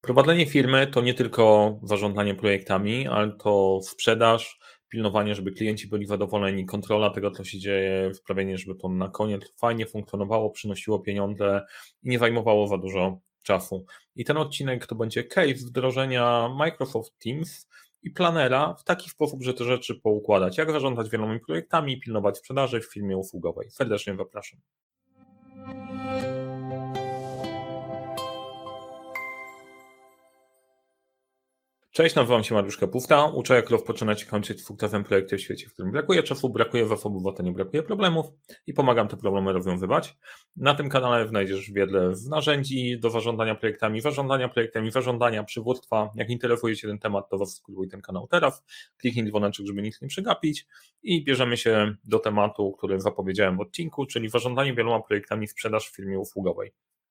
Prowadzenie firmy to nie tylko zarządzanie projektami, ale to sprzedaż, pilnowanie, żeby klienci byli zadowoleni, kontrola tego, co się dzieje, sprawienie, żeby to na koniec fajnie funkcjonowało, przynosiło pieniądze i nie zajmowało za dużo czasu. I ten odcinek to będzie case wdrożenia Microsoft Teams i planera w taki sposób, że te rzeczy poukładać. Jak zarządzać wieloma projektami i pilnować sprzedaży w firmie usługowej. Serdecznie zapraszam. Cześć, nazywam się Mariusz Kapufta. Uczę, jak rozpoczynać i kończyć sukcesem projekty w świecie, w którym brakuje czasu, brakuje zasobów, a to nie brakuje problemów i pomagam te problemy rozwiązywać. Na tym kanale znajdziesz wiele narzędzi do zarządzania przywództwa. Jak interesuje Cię ten temat, to zasubskrybuj ten kanał teraz. Kliknij dzwoneczek, żeby nic nie przegapić i bierzymy się do tematu, który zapowiedziałem w odcinku, czyli zarządzanie wieloma projektami sprzedaż w firmie usługowej.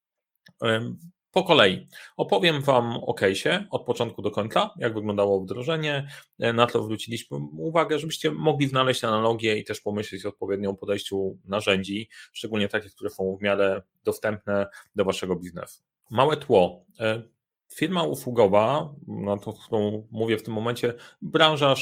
Po kolei opowiem Wam o case'ie od początku do końca, jak wyglądało wdrożenie, na to zwróciliśmy uwagę, żebyście mogli znaleźć analogię i też pomyśleć o odpowiednim podejściu narzędzi, szczególnie takich, które są w miarę dostępne do Waszego biznesu. Małe tło. Firma usługowa, na to, którą mówię w tym momencie, branża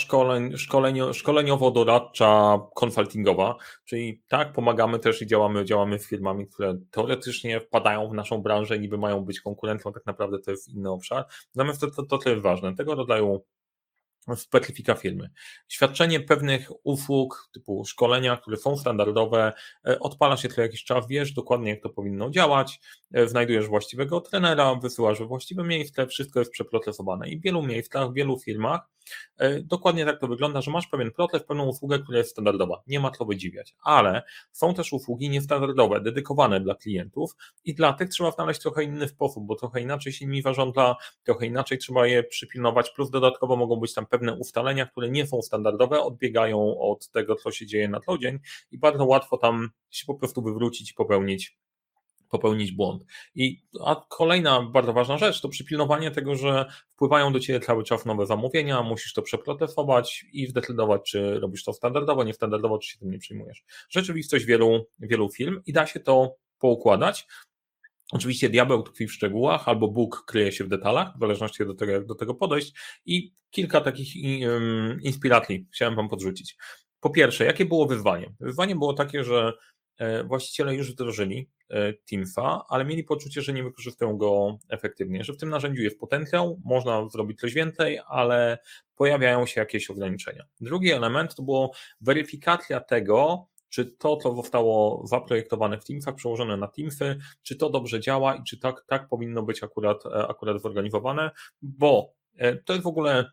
szkoleniowo-doradcza, konsultingowa, czyli tak, pomagamy też i działamy z firmami, które teoretycznie wpadają w naszą branżę, niby mają być konkurencją, tak naprawdę to jest inny obszar. Natomiast to jest ważne. Tego rodzaju specyfika firmy. Świadczenie pewnych usług typu szkolenia, które są standardowe, odpala się co jakiś czas, wiesz dokładnie jak to powinno działać, znajdujesz właściwego trenera, wysyłasz we właściwe miejsce, wszystko jest przeprocesowane i w wielu miejscach, w wielu firmach dokładnie tak to wygląda, że masz pewien proces, pewną usługę, która jest standardowa, nie ma co wydziwiać, ale są też usługi niestandardowe, dedykowane dla klientów i dla tych trzeba znaleźć trochę inny sposób, bo trochę inaczej się nimi zarządza, trochę inaczej trzeba je przypilnować, plus dodatkowo mogą być tam pewne ustalenia, które nie są standardowe, odbiegają od tego, co się dzieje na co dzień i bardzo łatwo tam się po prostu wywrócić i popełnić błąd. A kolejna bardzo ważna rzecz to przypilnowanie tego, że wpływają do Ciebie cały czas nowe zamówienia, musisz to przeprocesować i zdecydować, czy robisz to standardowo, niestandardowo, czy się tym nie przejmujesz. Rzeczywistość wielu firm i da się to poukładać. Oczywiście diabeł tkwi w szczegółach, albo Bóg kryje się w detalach, w zależności od tego, jak do tego podejść. I kilka takich inspiracji chciałem Wam podrzucić. Po pierwsze, jakie było wyzwanie? Wyzwanie było takie, że właściciele już wdrożyli Teamsa, ale mieli poczucie, że nie wykorzystują go efektywnie, że w tym narzędziu jest potencjał, można zrobić coś więcej, ale pojawiają się jakieś ograniczenia. Drugi element to było weryfikacja tego, czy to, co zostało zaprojektowane w Teamsach, przełożone na Teamsy, czy to dobrze działa i czy tak powinno być akurat zorganizowane, bo to jest w ogóle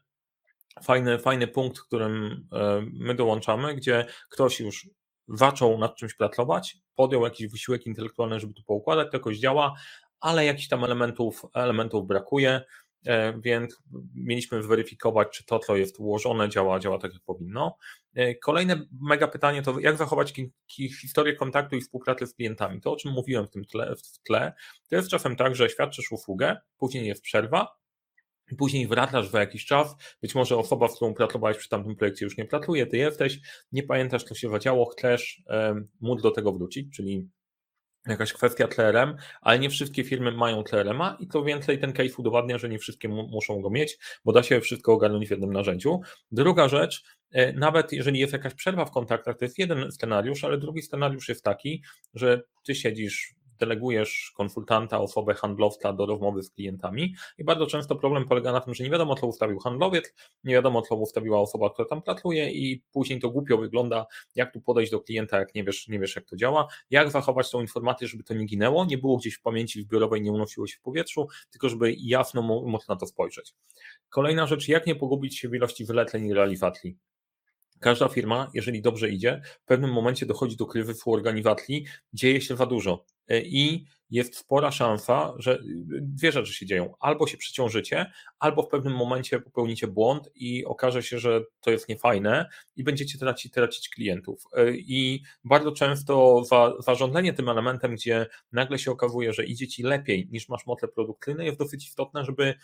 fajny punkt, w którym my dołączamy, gdzie ktoś już zaczął nad czymś pracować, podjął jakiś wysiłek intelektualny, żeby to poukładać, to jakoś działa, ale jakichś tam elementów brakuje, więc mieliśmy zweryfikować, czy to, co jest ułożone, działa tak, jak powinno. Kolejne mega pytanie to, jak zachować historię kontaktu i współpracy z klientami. To, o czym mówiłem w tle, to jest czasem tak, że świadczysz usługę, później jest przerwa, później wracasz za jakiś czas, być może osoba, z którą pracowałeś przy tamtym projekcie już nie pracuje, ty jesteś, nie pamiętasz, co się zadziało, chcesz móc do tego wrócić, czyli jakaś kwestia CRM, ale nie wszystkie firmy mają CRM-a i co więcej, ten case udowadnia, że nie wszystkie muszą go mieć, bo da się wszystko ogarnąć w jednym narzędziu. Druga rzecz, nawet jeżeli jest jakaś przerwa w kontaktach, to jest jeden scenariusz, ale drugi scenariusz jest taki, że ty siedzisz, delegujesz konsultanta, osobę handlowca do rozmowy z klientami i bardzo często problem polega na tym, że nie wiadomo, co ustawił handlowiec, nie wiadomo, co ustawiła osoba, która tam pracuje i później to głupio wygląda, jak tu podejść do klienta, jak nie wiesz jak to działa, jak zachować tą informację, żeby to nie ginęło, nie było gdzieś w pamięci zbiorowej, nie unosiło się w powietrzu, tylko żeby jasno móc na to spojrzeć. Kolejna rzecz, jak nie pogubić się w ilości wyleceń i realizacji. Każda firma, jeżeli dobrze idzie, w pewnym momencie dochodzi do kryzysu organizacji, dzieje się za dużo i jest spora szansa, że dwie rzeczy się dzieją. Albo się przeciążycie, albo w pewnym momencie popełnicie błąd i okaże się, że to jest niefajne i będziecie tracić klientów. I bardzo często zarządzanie tym elementem, gdzie nagle się okazuje, że idzie ci lepiej niż masz moce produkcyjne, jest dosyć istotne,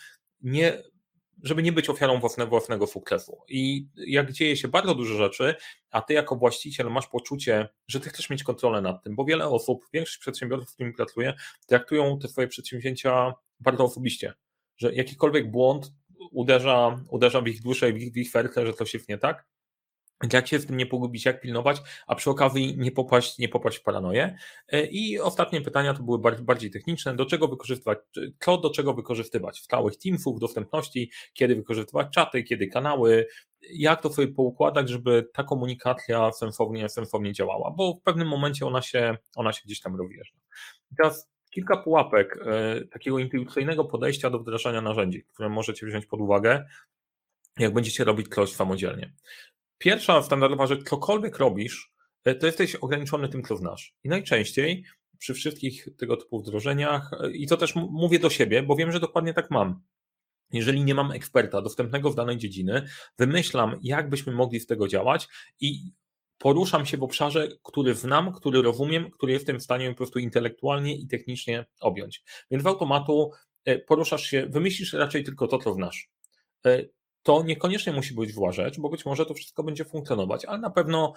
żeby nie być ofiarą własnego sukcesu. I jak dzieje się bardzo dużo rzeczy, a ty jako właściciel masz poczucie, że ty chcesz mieć kontrolę nad tym, bo wiele osób, większość przedsiębiorców, z którymi pracuję, traktują te swoje przedsięwzięcia bardzo osobiście. że jakikolwiek błąd uderza w ich duszę, w ich serce, że coś jest nie tak. Jak się z tym nie pogubić, jak pilnować, a przy okazji nie popaść w paranoję. I ostatnie pytania to były bardziej techniczne. Do czego wykorzystywać, co do czego wykorzystywać? Stałych Teamsów, dostępności, kiedy wykorzystywać czaty, kiedy kanały, jak to sobie poukładać, żeby ta komunikacja sensownie działała, bo w pewnym momencie ona się gdzieś tam rozjeżdża. I teraz kilka pułapek takiego intuicyjnego podejścia do wdrażania narzędzi, które możecie wziąć pod uwagę, jak będziecie robić coś samodzielnie. Pierwsza standardowa rzecz, cokolwiek robisz, to jesteś ograniczony tym, co znasz. I najczęściej przy wszystkich tego typu wdrożeniach, i to też mówię do siebie, bo wiem, że dokładnie tak mam. Jeżeli nie mam eksperta dostępnego w danej dziedziny, wymyślam, jak byśmy mogli z tego działać i poruszam się w obszarze, który znam, który rozumiem, który jestem w stanie po prostu intelektualnie i technicznie objąć. Więc w automatu poruszasz się, wymyślisz raczej tylko to, co znasz. To niekoniecznie musi być zła rzecz, bo być może to wszystko będzie funkcjonować, ale na pewno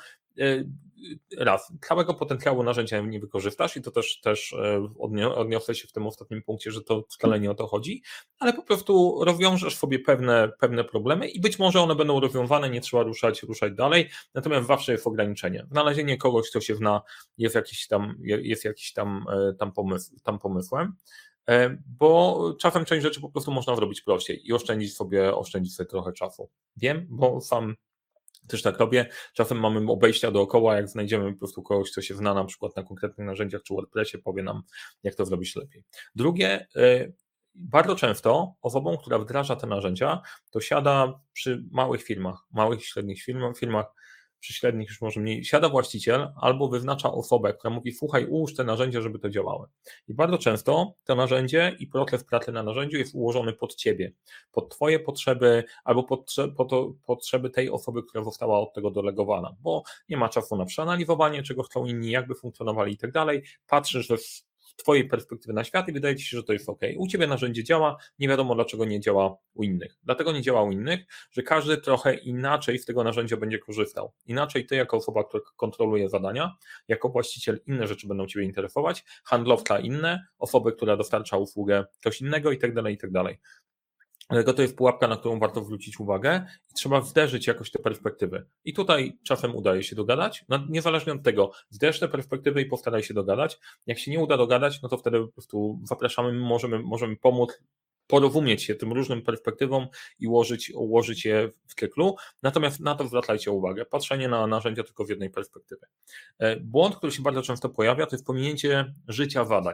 całego potencjału narzędzia nie wykorzystasz i to też odniosę się w tym ostatnim punkcie, że to wcale nie o to chodzi, ale po prostu rozwiążesz sobie pewne problemy i być może one będą rozwiązane, nie trzeba ruszać dalej, natomiast zawsze jest ograniczenie. Znalezienie kogoś, kto się zna, jest jakiś tam pomysłem. Bo czasem część rzeczy po prostu można zrobić prościej i oszczędzić sobie trochę czasu. Wiem, bo sam też tak robię. Czasem mamy obejścia dookoła, jak znajdziemy po prostu kogoś, kto się zna na przykład na konkretnych narzędziach czy WordPressie, powie nam, jak to zrobić lepiej. Drugie, bardzo często osobą, która wdraża te narzędzia, to siada przy małych i średnich firmach, przy średnich już może mniej, siada właściciel albo wyznacza osobę, która mówi, słuchaj, ułóż te narzędzia, żeby to działały. I bardzo często to narzędzie i proces pracy na narzędziu jest ułożony pod ciebie, pod twoje potrzeby albo potrzeby tej osoby, która została od tego delegowana, bo nie ma czasu na przeanalizowanie, czego chcą inni, jakby funkcjonowali i tak dalej. Patrzysz z twojej perspektywy na świat i wydaje ci się, że to jest ok. U ciebie narzędzie działa, nie wiadomo dlaczego nie działa u innych. Dlatego nie działa u innych, że każdy trochę inaczej z tego narzędzia będzie korzystał. Inaczej ty jako osoba, która kontroluje zadania, jako właściciel inne rzeczy będą ciebie interesować, handlowca inne, osoby, która dostarcza usługę coś innego i tak dalej, i tak dalej. Dlatego to jest pułapka, na którą warto zwrócić uwagę i trzeba zderzyć jakoś te perspektywy. I tutaj czasem udaje się dogadać, no, niezależnie od tego, zderz te perspektywy i postaraj się dogadać. Jak się nie uda dogadać, no to wtedy po prostu zapraszamy, możemy pomóc porozumieć się tym różnym perspektywom i ułożyć je w cyklu, natomiast na to zwracajcie uwagę, patrzenie na narzędzia tylko z jednej perspektywy. Błąd, który się bardzo często pojawia, to jest pominięcie życia zadań.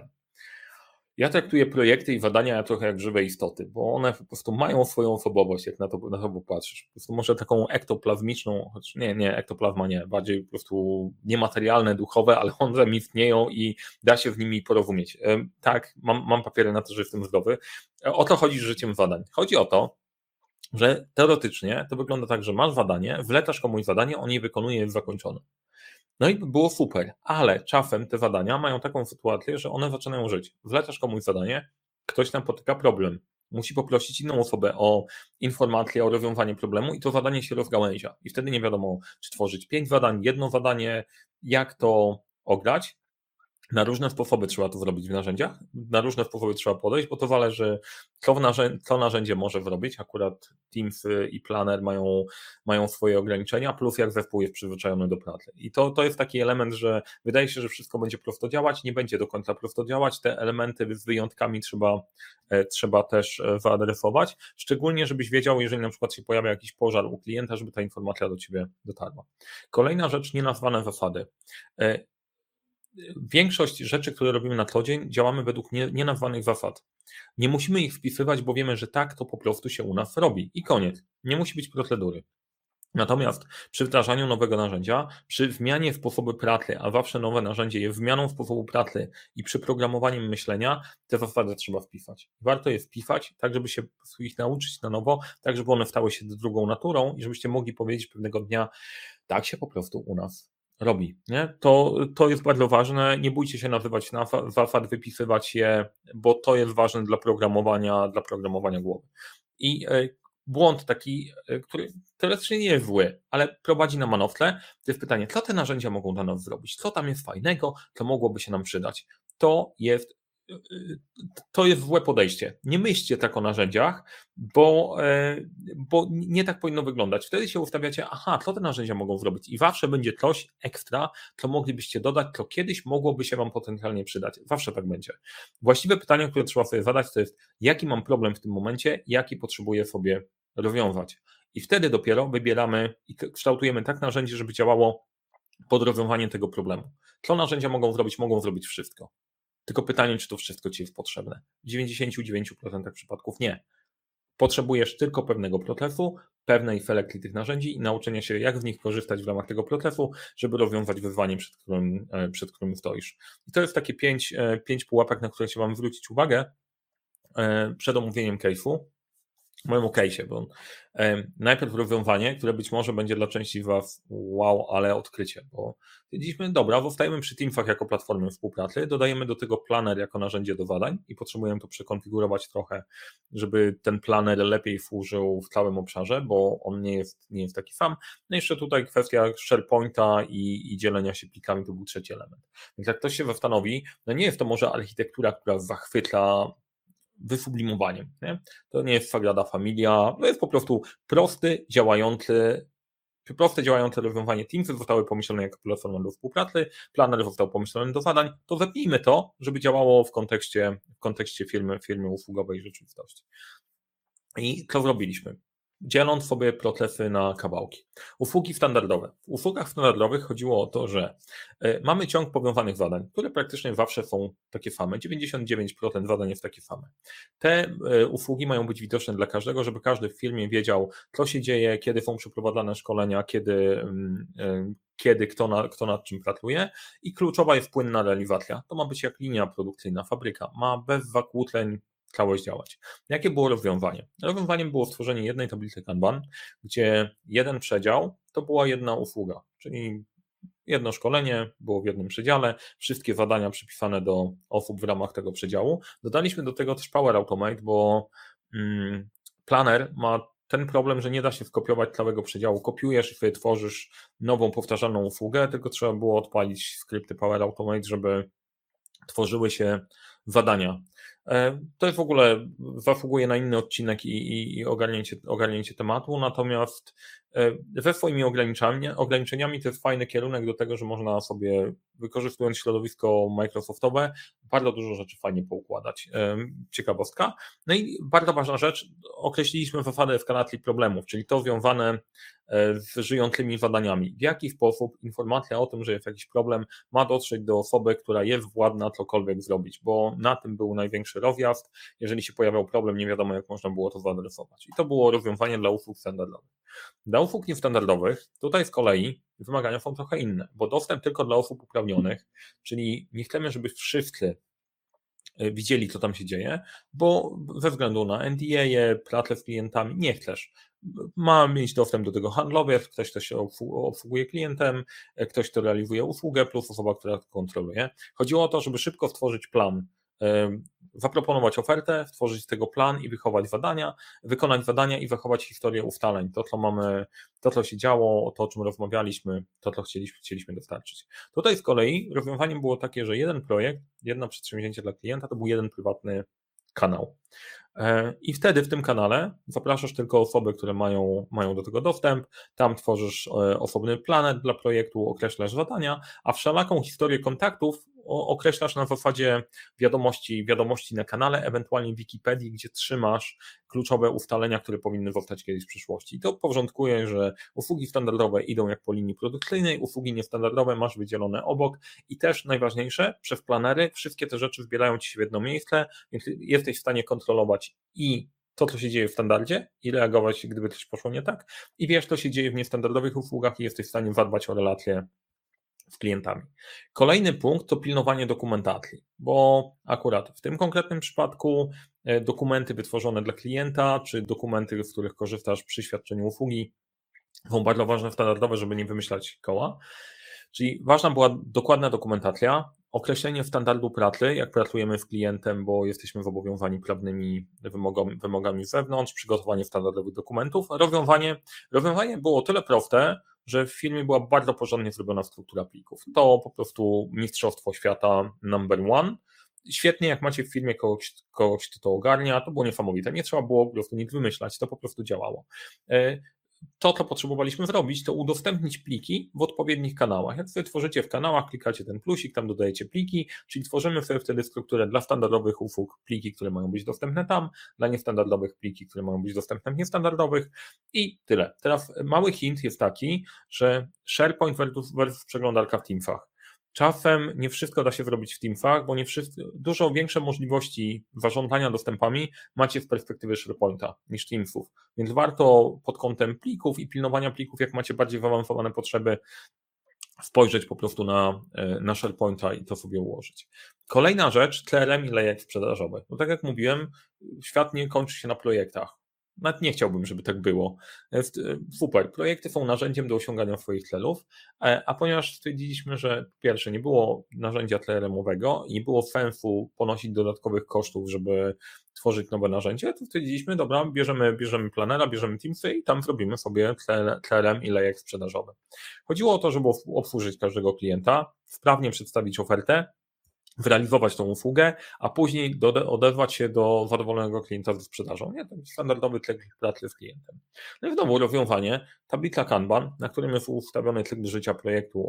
Ja traktuję projekty i zadania trochę jak żywe istoty, bo one po prostu mają swoją osobowość, jak na to popatrzysz. Po prostu może taką ektoplazmiczną, choć nie, ektoplazma nie, bardziej po prostu niematerialne, duchowe, ale one istnieją i da się w nimi porozumieć. Tak, mam papiery na to, że jestem zdrowy. O to chodzi z życiem zadań. Chodzi o to, że teoretycznie to wygląda tak, że masz zadanie, wlecasz komuś zadanie, on je wykonuje, jest zakończony. No i było super, ale czasem te zadania mają taką sytuację, że one zaczynają żyć. Wlecasz komuś zadanie, ktoś napotyka problem. Musi poprosić inną osobę o informację, o rozwiązanie problemu i to zadanie się rozgałęzia. I wtedy nie wiadomo, czy tworzyć 5 zadań, jedno zadanie, jak to ograć. Na różne sposoby trzeba to zrobić w narzędziach, na różne sposoby trzeba podejść, bo to zależy, co narzędzie może zrobić. Akurat Teams i Planner mają swoje ograniczenia, plus jak zespół jest przyzwyczajony do pracy. I to jest taki element, że wydaje się, że wszystko będzie prosto działać, nie będzie do końca prosto działać. Te elementy z wyjątkami trzeba też zaadresować, szczególnie żebyś wiedział, jeżeli na przykład się pojawia jakiś pożar u klienta, żeby ta informacja do ciebie dotarła. Kolejna rzecz, nienazwane zasady. Większość rzeczy, które robimy na co dzień, działamy według nienazwanych zasad. Nie musimy ich wpisywać, bo wiemy, że tak to po prostu się u nas robi. I koniec. Nie musi być procedury. Natomiast przy wdrażaniu nowego narzędzia, przy zmianie sposobu pracy, a zawsze nowe narzędzie jest zmianą sposobu pracy i przy programowaniu myślenia, te zasady trzeba wpisać. Warto je wpisać, tak żeby się ich nauczyć na nowo, tak żeby one stały się drugą naturą i żebyście mogli powiedzieć pewnego dnia, tak się po prostu u nas robi. Nie? To jest bardzo ważne. Nie bójcie się nazywać zasad, wypisywać je, bo to jest ważne dla programowania głowy. I błąd taki, który teoretycznie nie jest zły, ale prowadzi na manowce, to jest pytanie, co te narzędzia mogą dla nas zrobić? Co tam jest fajnego, co mogłoby się nam przydać? To jest to jest złe podejście. Nie myślcie tak o narzędziach, bo nie tak powinno wyglądać. Wtedy się ustawiacie, aha, co te narzędzia mogą zrobić i zawsze będzie coś ekstra, co moglibyście dodać, co kiedyś mogłoby się Wam potencjalnie przydać. Zawsze tak będzie. Właściwe pytanie, które trzeba sobie zadać, to jest, jaki mam problem w tym momencie, jaki potrzebuję sobie rozwiązać. I wtedy dopiero wybieramy i kształtujemy tak narzędzie, żeby działało pod rozwiązanie tego problemu. Co narzędzia mogą zrobić? Mogą zrobić wszystko. Tylko pytanie, czy to wszystko Ci jest potrzebne. W 99% przypadków nie. Potrzebujesz tylko pewnego procesu, pewnej selekcji tych narzędzi i nauczenia się, jak w nich korzystać w ramach tego procesu, żeby rozwiązać wyzwanie, przed którym stoisz. I to jest takie 5 pułapek, na które chciałam zwrócić uwagę przed omówieniem case'u. Mojemu case'ie, bo najpierw rozwiązanie, które być może będzie dla części z Was wow, ale odkrycie, bo stwierdziliśmy, dobra, zostajemy przy Teamsach jako platformie współpracy, dodajemy do tego planer jako narzędzie do zadań i potrzebujemy to przekonfigurować trochę, żeby ten planer lepiej służył w całym obszarze, bo on nie jest taki sam. No i jeszcze tutaj kwestia SharePointa i dzielenia się plikami, to był trzeci element. Więc jak ktoś się zastanowi, no nie jest to może architektura, która zachwyca wysublimowaniem. Nie? To nie jest Sagrada Familia, to jest po prostu proste działające rozwiązanie. Teamsy zostały pomyślane jako platforma do współpracy, planer został pomyślany do zadań, to wepnijmy to, żeby działało w kontekście firmy usługowej rzeczywistości. I co zrobiliśmy? Dzieląc sobie procesy na kawałki. Usługi standardowe. W usługach standardowych chodziło o to, że mamy ciąg powiązanych zadań, które praktycznie zawsze są takie same. 99% zadań jest takie same. Te usługi mają być widoczne dla każdego, żeby każdy w firmie wiedział, co się dzieje, kiedy są przeprowadzane szkolenia, kiedy kto nad czym pracuje i kluczowa jest płynna realizacja. To ma być jak linia produkcyjna, fabryka. Ma bez zakłóceń całość działać. Jakie było rozwiązanie? Rozwiązaniem było stworzenie jednej tablicy Kanban, gdzie jeden przedział to była jedna usługa, czyli jedno szkolenie było w jednym przedziale, wszystkie zadania przypisane do osób w ramach tego przedziału. Dodaliśmy do tego też Power Automate, bo planer ma ten problem, że nie da się skopiować całego przedziału. Kopiujesz i sobie tworzysz nową, powtarzalną usługę, tylko trzeba było odpalić skrypty Power Automate, żeby tworzyły się zadania. To jest w ogóle, zasługuje na inny odcinek i ogarnięcie tematu, natomiast ze swoimi ograniczeniami to jest fajny kierunek do tego, że można sobie, wykorzystując środowisko Microsoftowe, bardzo dużo rzeczy fajnie poukładać. Ciekawostka. No i bardzo ważna rzecz, określiliśmy zasadę eskalacji problemów, czyli to związane z żyjącymi zadaniami. W jaki sposób informacja o tym, że jest jakiś problem, ma dotrzeć do osoby, która jest władna cokolwiek zrobić, bo na tym był największy rozjazd. Jeżeli się pojawiał problem, nie wiadomo, jak można było to zaadresować. I to było rozwiązanie dla usług standardowych. Dla usług niestandardowych, tutaj z kolei wymagania są trochę inne, bo dostęp tylko dla osób uprawnionych, czyli nie chcemy, żeby wszyscy widzieli, co tam się dzieje, bo ze względu na NDA, pracę z klientami nie chcesz. Ma mieć dostęp do tego handlowiec, ktoś, kto się obsługuje klientem, ktoś, kto realizuje usługę, plus osoba, która to kontroluje. Chodziło o to, żeby szybko stworzyć plan, zaproponować ofertę, stworzyć z tego plan i wykonać zadania i zachować historię ustaleń. To, co mamy, to, co się działo, to, o czym rozmawialiśmy, to, co chcieliśmy dostarczyć. Tutaj z kolei rozwiązaniem było takie, że jeden projekt, jedno przedsięwzięcie dla klienta to był jeden prywatny kanał. I wtedy w tym kanale zapraszasz tylko osoby, które mają do tego dostęp, tam tworzysz osobny planet dla projektu, określasz zadania, a wszelaką historię kontaktów określasz na zasadzie wiadomości na kanale, ewentualnie Wikipedii, gdzie trzymasz kluczowe ustalenia, które powinny zostać kiedyś w przyszłości. I to porządkuje, że usługi standardowe idą jak po linii produkcyjnej, usługi niestandardowe masz wydzielone obok i też najważniejsze, przez planery wszystkie te rzeczy zbierają ci się w jedno miejsce, więc jesteś w stanie kontrolować i to, co się dzieje w standardzie i reagować, gdyby coś poszło nie tak i wiesz, co się dzieje w niestandardowych usługach i jesteś w stanie zadbać o relacje z klientami. Kolejny punkt to pilnowanie dokumentacji, bo akurat w tym konkretnym przypadku dokumenty wytworzone dla klienta, czy dokumenty, z których korzystasz przy świadczeniu usługi, są bardzo ważne, standardowe, żeby nie wymyślać koła. Czyli ważna była dokładna dokumentacja, określenie standardu pracy, jak pracujemy z klientem, bo jesteśmy zobowiązani prawnymi wymogami z zewnątrz, przygotowanie standardowych dokumentów. Rozwiązanie było o tyle proste, że w firmie była bardzo porządnie zrobiona struktura plików. To po prostu mistrzostwo świata number one świetnie, jak macie w firmie kogoś, kto to ogarnia, to było niesamowite. Nie trzeba było po prostu nic wymyślać, to po prostu działało. To, co potrzebowaliśmy zrobić, to udostępnić pliki w odpowiednich kanałach. Jak sobie tworzycie w kanałach, klikacie ten plusik, tam dodajecie pliki, czyli tworzymy sobie wtedy strukturę dla standardowych usług, pliki, które mają być dostępne tam, dla niestandardowych pliki, które mają być dostępne w niestandardowych i tyle. Teraz mały hint jest taki, że SharePoint versus przeglądarka w Teamsach. Czasem nie wszystko da się zrobić w Teamsach, bo nie wszystko, dużo większe możliwości zarządzania dostępami macie z perspektywy SharePointa niż Teamsów, więc warto pod kątem plików i pilnowania plików, jak macie bardziej zaawansowane potrzeby, spojrzeć po prostu na SharePointa i to sobie ułożyć. Kolejna rzecz, CRM i lejek sprzedażowy. No tak jak mówiłem, świat nie kończy się na projektach. Nawet nie chciałbym, żeby tak było. Super, projekty są narzędziem do osiągania swoich celów, a ponieważ stwierdziliśmy, że po pierwsze nie było narzędzia CRM-owego i nie było sensu ponosić dodatkowych kosztów, żeby tworzyć nowe narzędzie, to stwierdziliśmy, dobra, bierzemy planera, bierzemy Teamsy i tam zrobimy sobie CRM i lejek sprzedażowy. Chodziło o to, żeby obsłużyć każdego klienta, sprawnie przedstawić ofertę, zrealizować tą usługę, a później odezwać się do zadowolonego klienta ze sprzedażą. Nie, to jest standardowy cykl pracy z klientem. No i znowu rozwiązanie, tablica Kanban, na którym jest ustawiony cykl życia projektu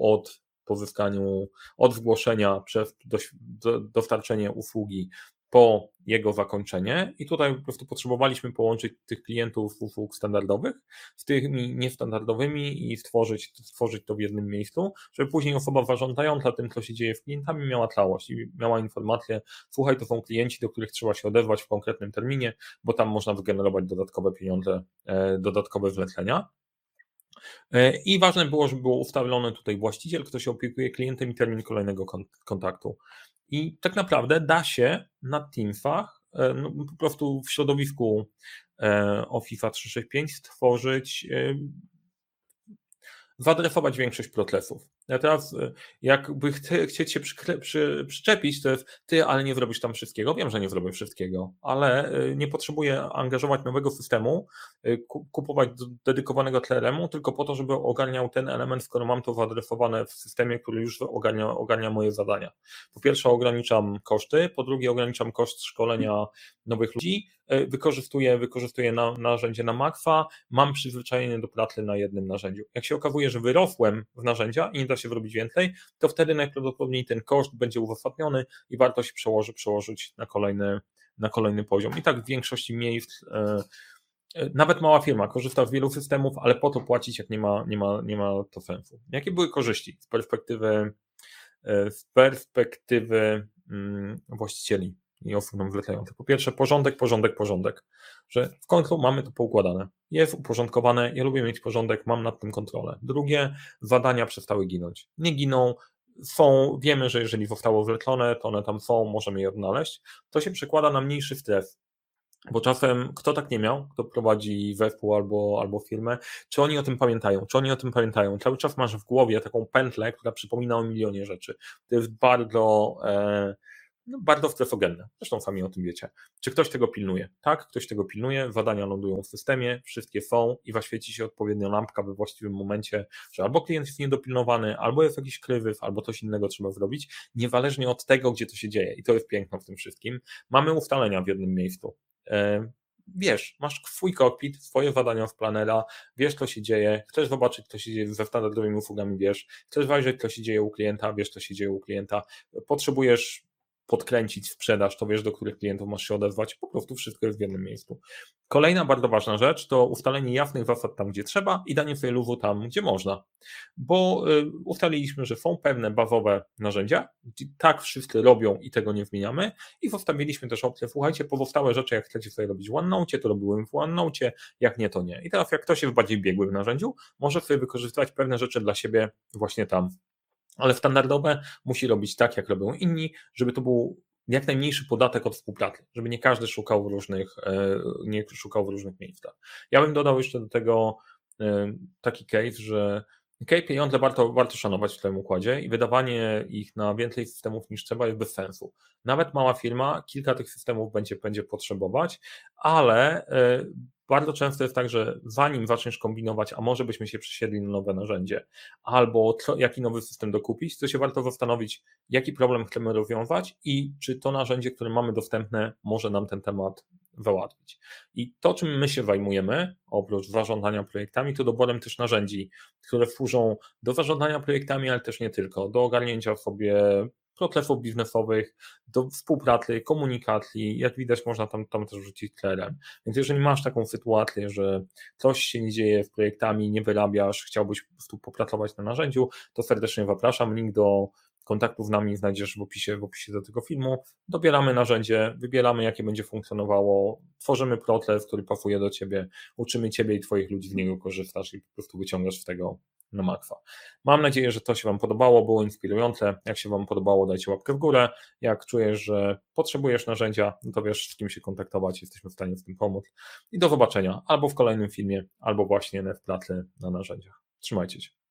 od zgłoszenia przez dostarczenie usługi po jego zakończenie i tutaj po prostu potrzebowaliśmy połączyć tych klientów usług standardowych z tymi niestandardowymi i stworzyć to w jednym miejscu, żeby później osoba zarządzająca tym, co się dzieje z klientami, miała całość i miała informację, słuchaj, to są klienci, do których trzeba się odezwać w konkretnym terminie, bo tam można wygenerować dodatkowe pieniądze, dodatkowe zlecenia. I ważne było, żeby było ustawione tutaj właściciel, kto się opiekuje klientem i termin kolejnego kontaktu. I tak naprawdę da się na Teamsach, no, po prostu w środowisku Office 365 stworzyć, zaadresować większość procesów. Ja teraz jakby chcieć się przyczepić, to jest ale nie zrobisz tam wszystkiego. Wiem, że nie zrobię wszystkiego, ale nie potrzebuję angażować nowego systemu, kupować dedykowanego CRM-u tylko po to, żeby ogarniał ten element, skoro mam to zaadresowane w systemie, który już ogarnia moje zadania. Po pierwsze ograniczam koszty, po drugie ograniczam koszt szkolenia nowych ludzi, wykorzystuję narzędzie na maksa, mam przyzwyczajenie do pracy na jednym narzędziu. Jak się okazuje, że wyrosłem w narzędzia i nie da się zrobić więcej, to wtedy najprawdopodobniej ten koszt będzie uzasadniony i warto się przełożyć na kolejny poziom. I tak w większości miejsc nawet mała firma korzysta z wielu systemów, ale po to płacić, jak nie ma to sensu. Jakie były korzyści z perspektywy właścicieli i osób nam zlecających? Po pierwsze, porządek, że w końcu mamy to poukładane. Jest uporządkowane, ja lubię mieć porządek, mam nad tym kontrolę. Drugie, zadania przestały ginąć. Nie giną, wiemy, że jeżeli zostało zlecone, to one tam są, możemy je odnaleźć. To się przekłada na mniejszy stres. Bo czasem kto tak nie miał, kto prowadzi zespół albo firmę, czy oni o tym pamiętają? Cały czas masz w głowie taką pętlę, która przypomina o milionie rzeczy. To jest bardzo stresogenne. Zresztą sami o tym wiecie. Czy ktoś tego pilnuje? Tak, ktoś tego pilnuje, zadania lądują w systemie, wszystkie są i zaświeci się odpowiednia lampka we właściwym momencie, że albo klient jest niedopilnowany, albo jest jakiś kryzys, albo coś innego trzeba zrobić, niezależnie od tego, gdzie to się dzieje. I to jest piękno w tym wszystkim. Mamy ustalenia w jednym miejscu. Wiesz, masz swój cockpit, swoje zadania z planera, wiesz, co się dzieje, chcesz zobaczyć, co się dzieje ze standardowymi usługami, wiesz, chcesz zajrzeć, co się dzieje u klienta, wiesz, co się dzieje u klienta, potrzebujesz podkręcić sprzedaż, to wiesz, do których klientów masz się odezwać, po prostu wszystko jest w jednym miejscu. Kolejna bardzo ważna rzecz to ustalenie jasnych zasad tam, gdzie trzeba i danie sobie luzu tam, gdzie można, bo ustaliliśmy, że są pewne bazowe narzędzia, tak wszyscy robią i tego nie zmieniamy i zostawiliśmy też opcję, słuchajcie, pozostałe rzeczy, jak chcecie sobie robić w OneNote, to robiłem w OneNote, jak nie, to nie. I teraz jak ktoś jest bardziej biegły w narzędziu, może sobie wykorzystywać pewne rzeczy dla siebie właśnie tam. Ale standardowe musi robić tak, jak robią inni, żeby to był jak najmniejszy podatek od współpracy, żeby nie każdy szukał w różnych miejscach. Ja bym dodał jeszcze do tego taki case, że pieniądze warto szanować w tym układzie i wydawanie ich na więcej systemów niż trzeba jest bez sensu. Nawet mała firma kilka tych systemów będzie potrzebować, ale bardzo często jest tak, że zanim zaczniesz kombinować, a może byśmy się przesiedli na nowe narzędzie, albo jaki nowy system dokupić, to się warto zastanowić, jaki problem chcemy rozwiązać i czy to narzędzie, które mamy dostępne, może nam ten temat załatwić. I to, czym my się zajmujemy, oprócz zarządzania projektami, to doborem też narzędzi, które służą do zarządzania projektami, ale też nie tylko, do ogarnięcia sobie procesów biznesowych, do współpracy, komunikacji, jak widać można tam też wrzucić CRM. Więc jeżeli masz taką sytuację, że coś się nie dzieje z projektami, nie wyrabiasz, chciałbyś po prostu popracować na narzędziu, to serdecznie zapraszam. Link do kontaktu z nami znajdziesz w opisie do tego filmu. Dobieramy narzędzie, wybieramy jakie będzie funkcjonowało, tworzymy proces, który pasuje do Ciebie, uczymy Ciebie i Twoich ludzi z niego korzystasz i po prostu wyciągasz z tego na makwa. Mam nadzieję, że to się Wam podobało, było inspirujące. Jak się Wam podobało, dajcie łapkę w górę. Jak czujesz, że potrzebujesz narzędzia, no to wiesz, z kim się kontaktować, jesteśmy w stanie w tym pomóc. I do zobaczenia albo w kolejnym filmie, albo właśnie w pracy na narzędziach. Trzymajcie się.